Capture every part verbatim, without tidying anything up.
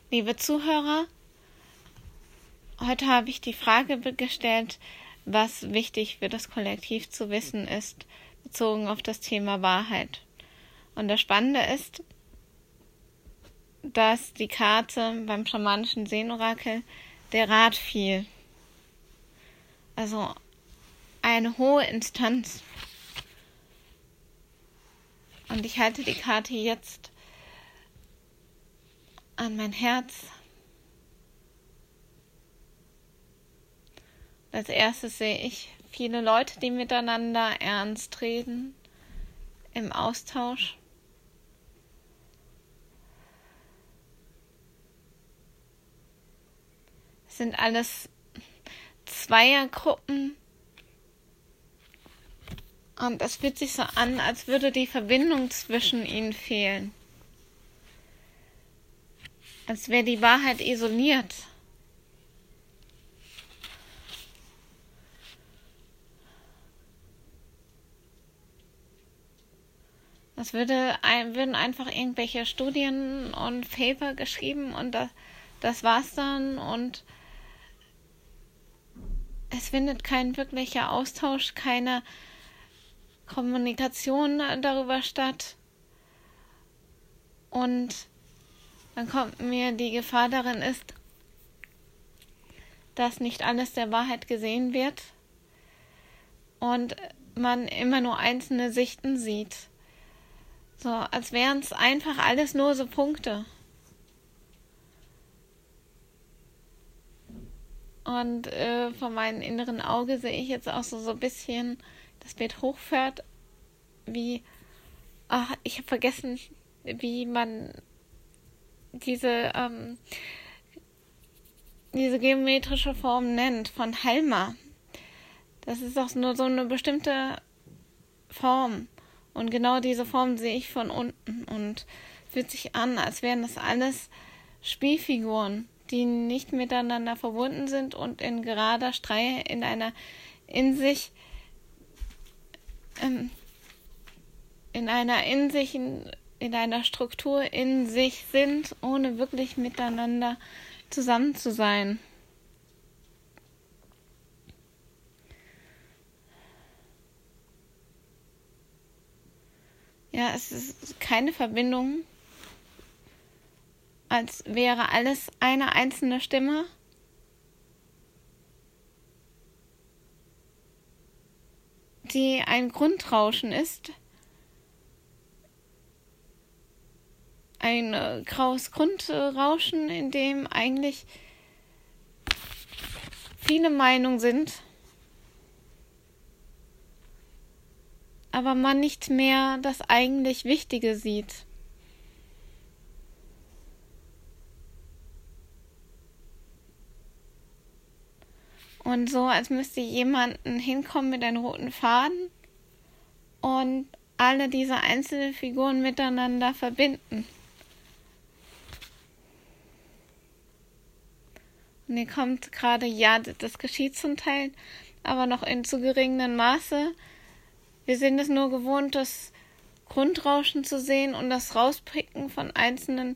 Liebe Zuhörer, heute habe ich die Frage gestellt, was wichtig für das Kollektiv zu wissen ist, bezogen auf das Thema Wahrheit. Und das Spannende ist, dass die Karte beim schamanischen Seenorakel der Rat fiel. Also eine hohe Instanz. Und ich halte die Karte jetzt an mein Herz. Als erstes sehe ich viele Leute, die miteinander ernst reden, im Austausch. Es sind alles Zweiergruppen. Und es fühlt sich so an, als würde die Verbindung zwischen ihnen fehlen. Als wäre die Wahrheit isoliert. Es würde, würden einfach irgendwelche Studien und Paper geschrieben und das, das war's dann. Und es findet kein wirklicher Austausch, keine Kommunikation darüber statt. Und dann kommt mir die Gefahr darin ist, dass nicht alles der Wahrheit gesehen wird und man immer nur einzelne Sichten sieht. So, als wären es einfach alles nur so Punkte. Und äh, von meinem inneren Auge sehe ich jetzt auch so, so ein bisschen das Bild hochfährt, wie, ach, ich habe vergessen, wie man diese ähm, diese geometrische Form nennt, von Halma. Das ist auch nur so eine bestimmte Form. Und genau diese Form sehe ich von unten und fühlt sich an, als wären das alles Spielfiguren, die nicht miteinander verbunden sind und in gerader Streihe in einer in sich ähm, in einer in sich in, in einer Struktur in sich sind, ohne wirklich miteinander zusammen zu sein. Ja, es ist keine Verbindung, als wäre alles eine einzelne Stimme. Die ein Grundrauschen ist. Ein äh, graues Grundrauschen, in dem eigentlich viele Meinungen sind, aber man nicht mehr das eigentlich Wichtige sieht. Und so, als müsste jemanden hinkommen mit einem roten Faden und alle diese einzelnen Figuren miteinander verbinden. Und hier kommt gerade, ja, das geschieht zum Teil, aber noch in zu geringem Maße. Wir sind es nur gewohnt, das Grundrauschen zu sehen und das Rauspicken von einzelnen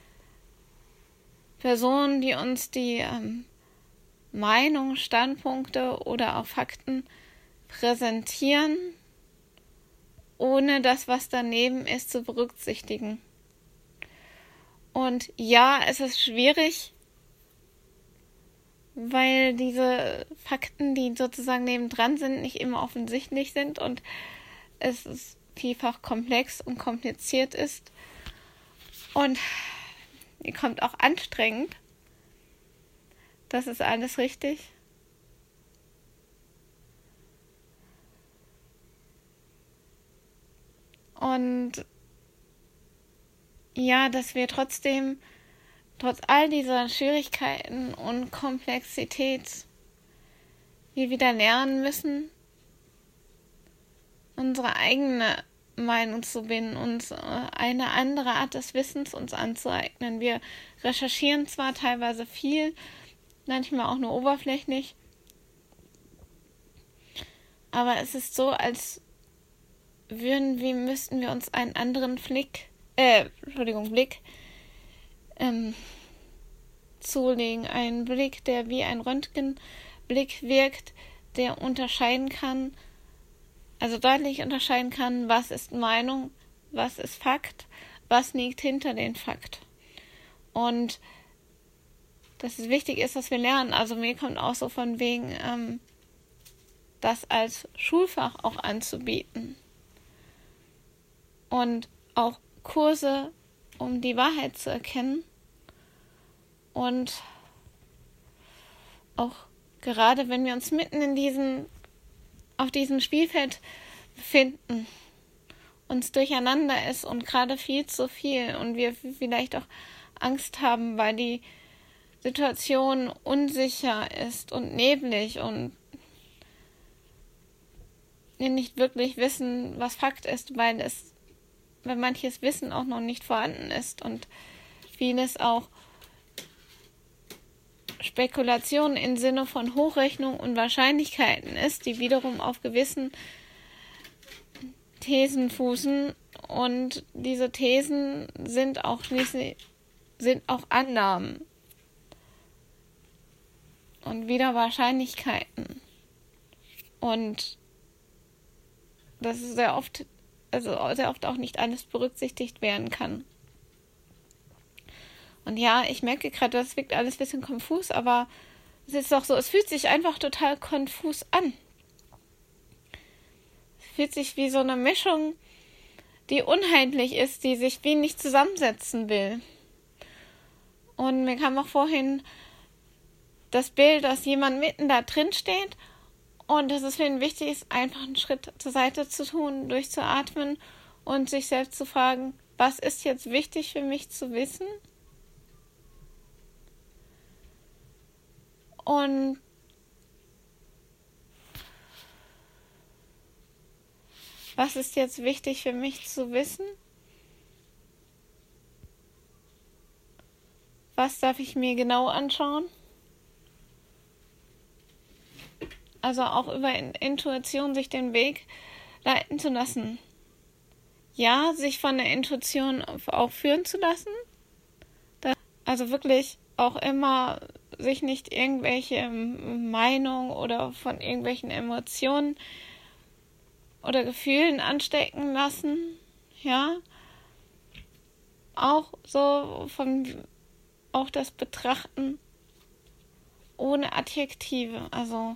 Personen, die uns die ähm, Meinungen, Standpunkte oder auch Fakten präsentieren, ohne das, was daneben ist, zu berücksichtigen. Und ja, es ist schwierig, weil diese Fakten, die sozusagen nebendran sind, nicht immer offensichtlich sind und es ist vielfach komplex und kompliziert ist. Und die kommt auch anstrengend. Das ist alles richtig. Und ja, dass wir trotzdem trotz all dieser Schwierigkeiten und Komplexität wir wieder lernen müssen, unsere eigene Meinung zu binden, uns eine andere Art des Wissens uns anzueignen. Wir recherchieren zwar teilweise viel, manchmal auch nur oberflächlich, aber es ist so, als würden wir, müssten wir uns einen anderen Blick, äh, Entschuldigung, Blick, ähm, zulegen. Ein Blick, der wie ein Röntgenblick wirkt, der unterscheiden kann, also deutlich unterscheiden kann, was ist Meinung, was ist Fakt, was liegt hinter den Fakt. Und dass es wichtig ist, dass wir lernen. Also mir kommt auch so von wegen, ähm, das als Schulfach auch anzubieten. Und auch Kurse, um die Wahrheit zu erkennen. Und auch gerade wenn wir uns mitten in diesem, auf diesem Spielfeld befinden, uns durcheinander ist und gerade viel zu viel und wir vielleicht auch Angst haben, weil die Situation unsicher ist und neblig und wir nicht wirklich wissen, was Fakt ist, weil es, weil manches Wissen auch noch nicht vorhanden ist und vieles auch Spekulation im Sinne von Hochrechnung und Wahrscheinlichkeiten ist, die wiederum auf gewissen Thesen fußen und diese Thesen sind auch schließlich sind auch Annahmen und wieder Wahrscheinlichkeiten und das ist sehr oft, also sehr oft auch nicht alles berücksichtigt werden kann. Und ja, ich merke gerade, das wirkt alles ein bisschen konfus, aber es ist doch so, es fühlt sich einfach total konfus an. Es fühlt sich wie so eine Mischung, die uneinheitlich ist, die sich wie nicht zusammensetzen will. Und mir kam auch vorhin das Bild, dass jemand mitten da drin steht und dass es für ihn wichtig ist, einfach einen Schritt zur Seite zu tun, durchzuatmen und sich selbst zu fragen, was ist jetzt wichtig für mich zu wissen? Und was ist jetzt wichtig für mich zu wissen? Was darf ich mir genau anschauen? Also auch über Intuition sich den Weg leiten zu lassen. Ja, sich von der Intuition auch führen zu lassen. Also wirklich auch immer sich nicht irgendwelche Meinungen oder von irgendwelchen Emotionen oder Gefühlen anstecken lassen. Ja. Auch so von auch das Betrachten ohne Adjektive. Also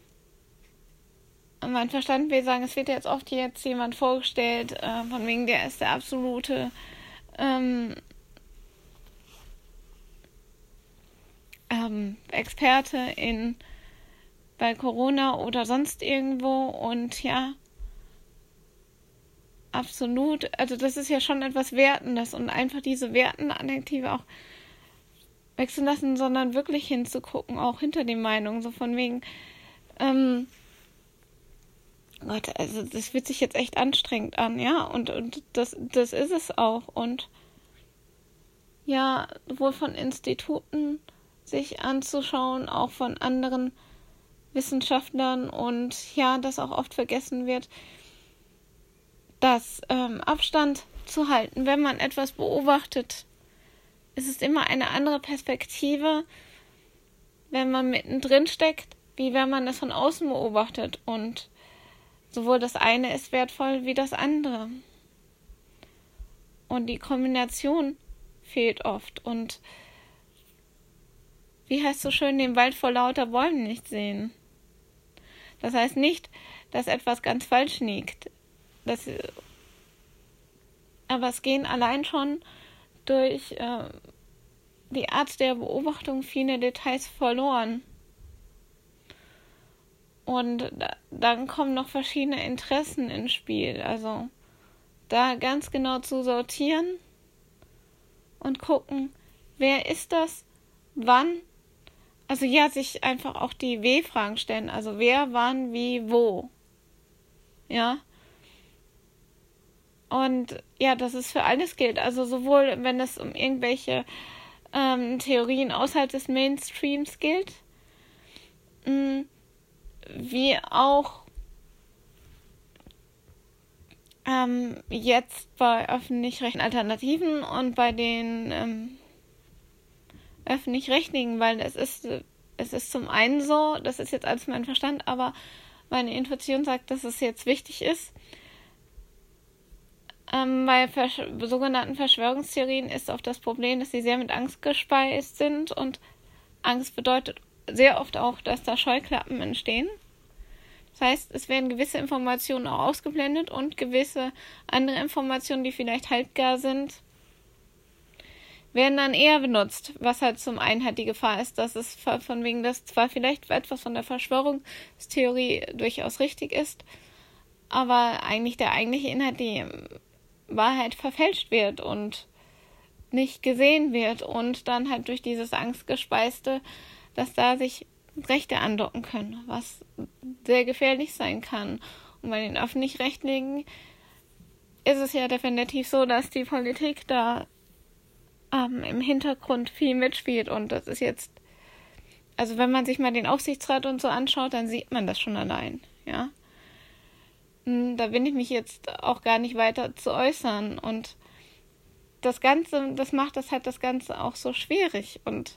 mein Verstand will sagen, es wird jetzt oft jetzt jemand vorgestellt, äh, von wegen der ist der absolute ähm, ähm, Experte in bei Corona oder sonst irgendwo und ja, absolut, also das ist ja schon etwas Wertendes und einfach diese wertenden Adjektive auch wechseln lassen, sondern wirklich hinzugucken, auch hinter die Meinung, so von wegen, ähm, Gott, also das fühlt sich jetzt echt anstrengend an, ja, und, und das, das ist es auch und ja, sowohl von Instituten sich anzuschauen, auch von anderen Wissenschaftlern und ja, dass auch oft vergessen wird, dass ähm, Abstand zu halten, wenn man etwas beobachtet. Es ist immer eine andere Perspektive, wenn man mittendrin steckt, wie wenn man es von außen beobachtet und sowohl das eine ist wertvoll wie das andere. Und die Kombination fehlt oft und wie heißt so schön, den Wald vor lauter Bäumen nicht sehen. Das heißt nicht, dass etwas ganz falsch liegt. Das, aber es gehen allein schon durch äh, die Art der Beobachtung viele Details verloren. Und da, dann kommen noch verschiedene Interessen ins Spiel. Also da ganz genau zu sortieren und gucken, wer ist das, wann. Also ja, sich einfach auch die W-Fragen stellen. Also wer, wann, wie, wo. Ja. Und ja, dass es für alles gilt. Also sowohl, wenn es um irgendwelche ähm, Theorien außerhalb des Mainstreams gilt, mh, wie auch ähm, jetzt bei öffentlich-rechtlichen Alternativen und bei den ähm, Öffentlich-Rechtlichen, weil es ist, es ist zum einen so, das ist jetzt alles mein Verstand, aber meine Intuition sagt, dass es jetzt wichtig ist. Ähm, bei Versch- sogenannten Verschwörungstheorien ist auch das Problem, dass sie sehr mit Angst gespeist sind und Angst bedeutet sehr oft auch, dass da Scheuklappen entstehen. Das heißt, es werden gewisse Informationen auch ausgeblendet und gewisse andere Informationen, die vielleicht halbgar sind, werden dann eher benutzt, was halt zum einen halt die Gefahr ist, dass es von wegen, dass zwar vielleicht etwas von der Verschwörungstheorie durchaus richtig ist, aber eigentlich der eigentliche Inhalt, die Wahrheit verfälscht wird und nicht gesehen wird und dann halt durch dieses Angstgespeiste, dass da sich Rechte andocken können, was sehr gefährlich sein kann. Und bei den Öffentlich-Rechtlichen ist es ja definitiv so, dass die Politik da ähm, im Hintergrund viel mitspielt und das ist jetzt, also wenn man sich mal den Aufsichtsrat und so anschaut, dann sieht man das schon allein, ja. Da bin ich mich jetzt auch gar nicht weiter zu äußern und das Ganze, das macht das halt das Ganze auch so schwierig und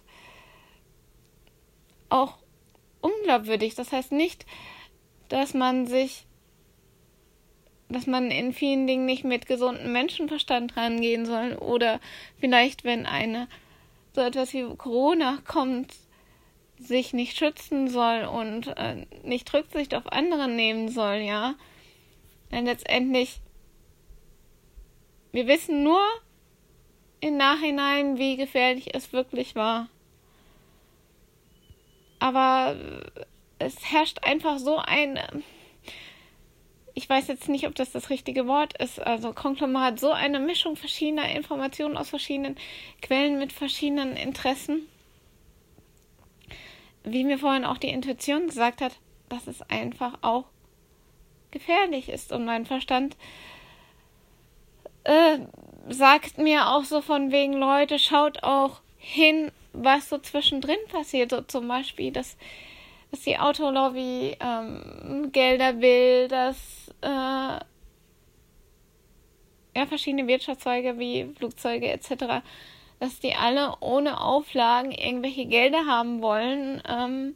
auch unglaubwürdig. Das heißt nicht, dass man sich, dass man in vielen Dingen nicht mit gesundem Menschenverstand rangehen soll oder vielleicht, wenn eine so etwas wie Corona kommt, sich nicht schützen soll und äh, nicht Rücksicht auf andere nehmen soll, ja. Denn letztendlich, wir wissen nur im Nachhinein, wie gefährlich es wirklich war. Aber es herrscht einfach so ein, ich weiß jetzt nicht, ob das das richtige Wort ist, also Konglomerat, so eine Mischung verschiedener Informationen aus verschiedenen Quellen mit verschiedenen Interessen. Wie mir vorhin auch die Intuition gesagt hat, dass es einfach auch gefährlich ist. Und mein Verstand äh, sagt mir auch so von wegen, Leute, schaut auch hin, was so zwischendrin passiert. So zum Beispiel, dass, dass die Autolobby ähm, Gelder will, dass äh, ja, verschiedene Wirtschaftszweige wie Flugzeuge et cetera, dass die alle ohne Auflagen irgendwelche Gelder haben wollen, ähm,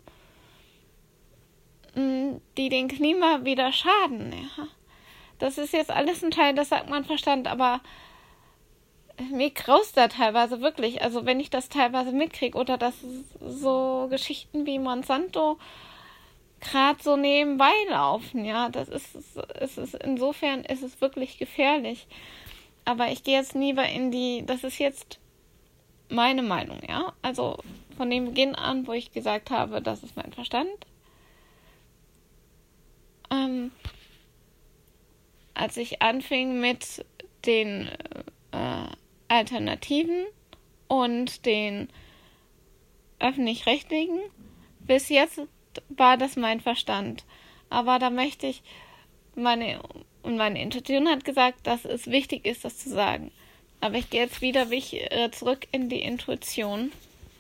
die den Klima wieder schaden. Ja. Das ist jetzt alles ein Teil, das sagt mein Verstand, aber mir graust da teilweise wirklich. Also wenn ich das teilweise mitkriege oder dass so Geschichten wie Monsanto gerade so nebenbei laufen, ja, das ist, es ist, insofern ist es wirklich gefährlich. Aber ich gehe jetzt lieber in die, das ist jetzt meine Meinung, ja, also von dem Beginn an, wo ich gesagt habe, das ist mein Verstand. Ähm, als ich anfing mit den äh, Alternativen und den Öffentlich-Rechtlichen, bis jetzt war das mein Verstand. Aber da möchte ich, meine, und meine Intuition hat gesagt, dass es wichtig ist, das zu sagen. Aber ich gehe jetzt wieder äh, zurück in die Intuition.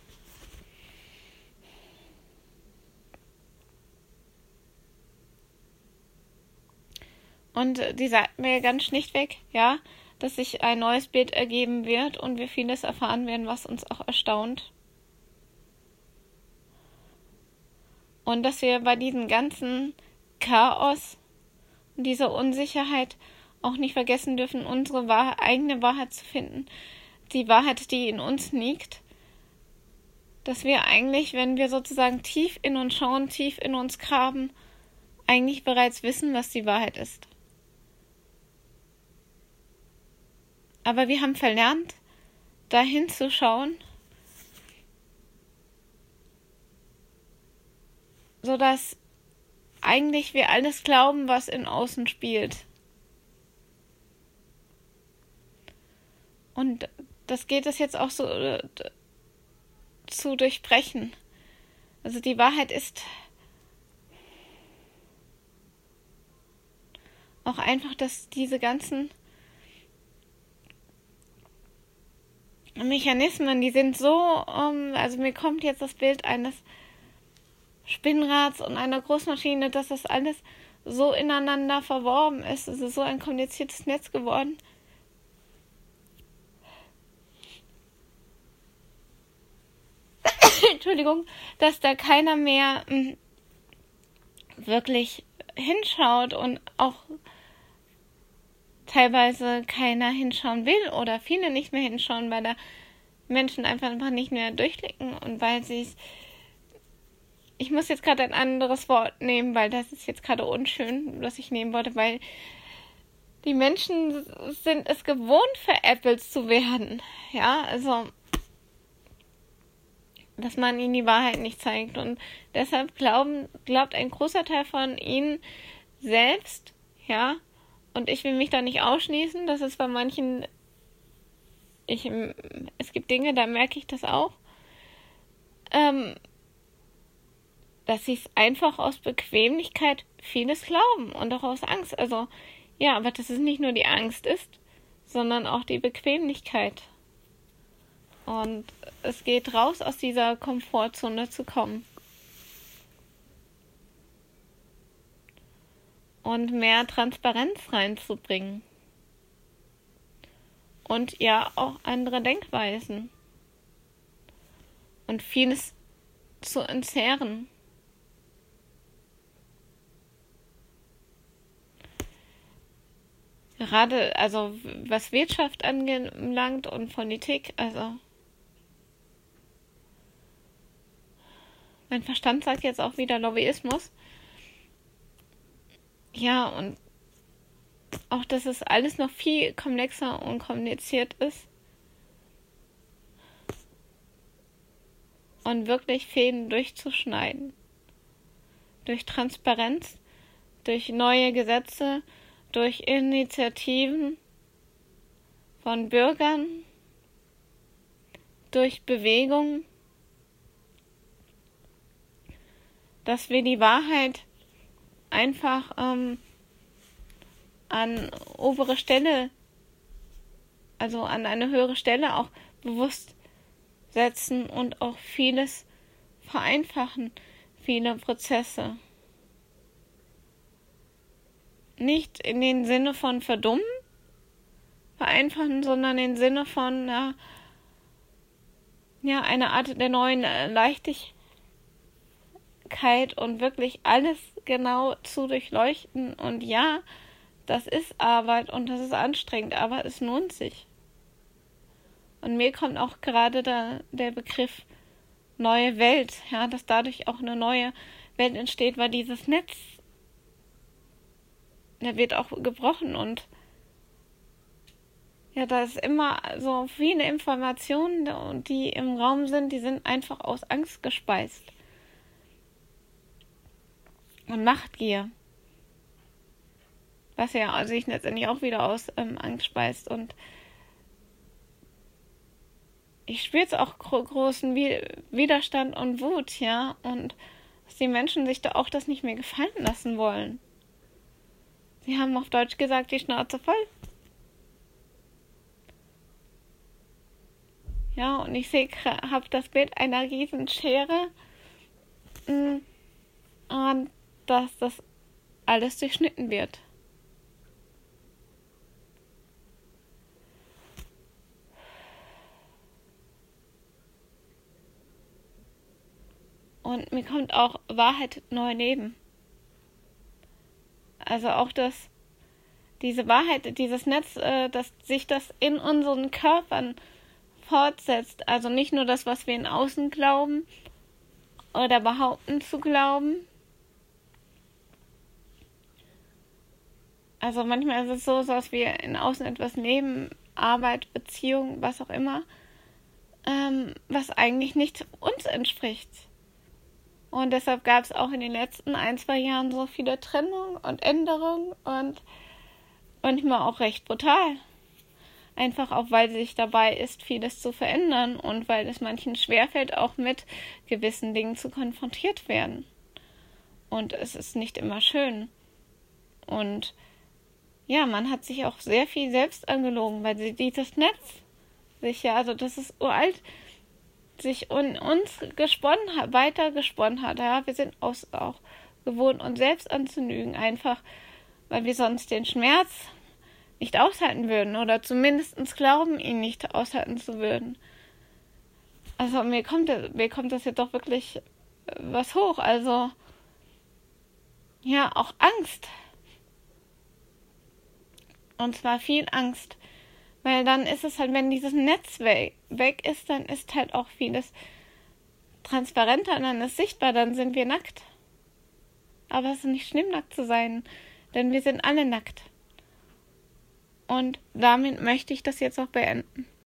Und die sagt mir ganz schlichtweg, ja, dass sich ein neues Bild ergeben wird und wir vieles erfahren werden, was uns auch erstaunt. Und dass wir bei diesem ganzen Chaos und dieser Unsicherheit auch nicht vergessen dürfen, unsere Wahrheit, eigene Wahrheit zu finden. Die Wahrheit, die in uns liegt. Dass wir eigentlich, wenn wir sozusagen tief in uns schauen, tief in uns graben, eigentlich bereits wissen, was die Wahrheit ist. Aber wir haben verlernt, da hinzuschauen, sodass eigentlich wir alles glauben, was in außen spielt. Und das geht es jetzt auch so äh, zu durchbrechen. Also die Wahrheit ist auch einfach, dass diese ganzen Mechanismen, die sind so, um, also mir kommt jetzt das Bild eines Spinnrads und einer Großmaschine, dass das alles so ineinander verworben ist. Es ist so ein kompliziertes Netz geworden. Entschuldigung, dass da keiner mehr mh, wirklich hinschaut und auch teilweise keiner hinschauen will oder viele nicht mehr hinschauen, weil da Menschen einfach, einfach nicht mehr durchblicken und weil sie es, ich muss jetzt gerade ein anderes Wort nehmen, weil das ist jetzt gerade unschön, was ich nehmen wollte, weil die Menschen sind es gewohnt, veräppelt zu werden. Ja, also, dass man ihnen die Wahrheit nicht zeigt. Und deshalb glauben, glaubt ein großer Teil von ihnen selbst, ja, und ich will mich da nicht ausschließen, das ist bei manchen, ich, es gibt Dinge, da merke ich das auch, ähm, dass sie es einfach aus Bequemlichkeit vieles glauben und auch aus Angst. Also, ja, aber dass es nicht nur die Angst ist, sondern auch die Bequemlichkeit. Und es geht raus, aus dieser Komfortzone zu kommen. Und mehr Transparenz reinzubringen. Und ja, auch andere Denkweisen. Und vieles zu entzerren. Gerade, also was Wirtschaft anbelangt und Politik, also mein Verstand sagt jetzt auch wieder Lobbyismus. Ja, und auch, dass es alles noch viel komplexer und kompliziert ist. Und wirklich Fäden durchzuschneiden. Durch Transparenz, durch neue Gesetze, durch Initiativen von Bürgern, durch Bewegungen, dass wir die Wahrheit einfach ähm, an obere Stelle, also an eine höhere Stelle auch bewusst setzen und auch vieles vereinfachen, viele Prozesse. Nicht in den Sinne von verdummen, vereinfachen, sondern in den Sinne von ja, ja eine Art der neuen Leichtigkeit und wirklich alles genau zu durchleuchten. Und ja, das ist Arbeit und das ist anstrengend, aber es lohnt sich. Und mir kommt auch gerade der, der Begriff neue Welt, ja, dass dadurch auch eine neue Welt entsteht, weil dieses Netz, der wird auch gebrochen und ja, da ist immer so viele Informationen, die im Raum sind, die sind einfach aus Angst gespeist. Und Machtgier. Was ja sich letztendlich auch wieder aus ähm, Angst speist. Und ich spüre jetzt auch gro- großen Widerstand und Wut, ja. Und dass die Menschen sich da auch das nicht mehr gefallen lassen wollen. Sie haben auf Deutsch gesagt, die Schnauze voll. Ja, und ich sehe, habe das Bild einer riesen Schere mh, und dass das alles durchschnitten wird. Und mir kommt auch Wahrheit neu leben. Also auch das, diese Wahrheit, dieses Netz, äh, dass sich das in unseren Körpern fortsetzt. Also nicht nur das, was wir in Außen glauben oder behaupten zu glauben. Also manchmal ist es so, dass wir in Außen etwas leben, Arbeit, Beziehung, was auch immer, ähm, was eigentlich nicht uns entspricht. Und deshalb gab es auch in den letzten ein, zwei Jahren so viele Trennungen und Änderungen und manchmal auch recht brutal. Einfach auch, weil sich dabei ist, vieles zu verändern und weil es manchen schwerfällt, auch mit gewissen Dingen zu konfrontiert werden. Und es ist nicht immer schön. Und ja, man hat sich auch sehr viel selbst angelogen, weil sie dieses Netz sich ja, also das ist uralt, sich in uns gesponnen hat, weiter gesponnen hat. Ja, wir sind aus, auch gewohnt, uns selbst anzulügen, einfach, weil wir sonst den Schmerz nicht aushalten würden oder zumindest glauben, ihn nicht aushalten zu würden. Also mir kommt, mir kommt das jetzt doch wirklich was hoch. Also, ja, auch Angst. Und zwar viel Angst. Weil dann ist es halt, wenn dieses Netz weg, weg ist, dann ist halt auch vieles transparenter und dann ist sichtbar, dann sind wir nackt. Aber es ist nicht schlimm, nackt zu sein, denn wir sind alle nackt. Und damit möchte ich das jetzt auch beenden.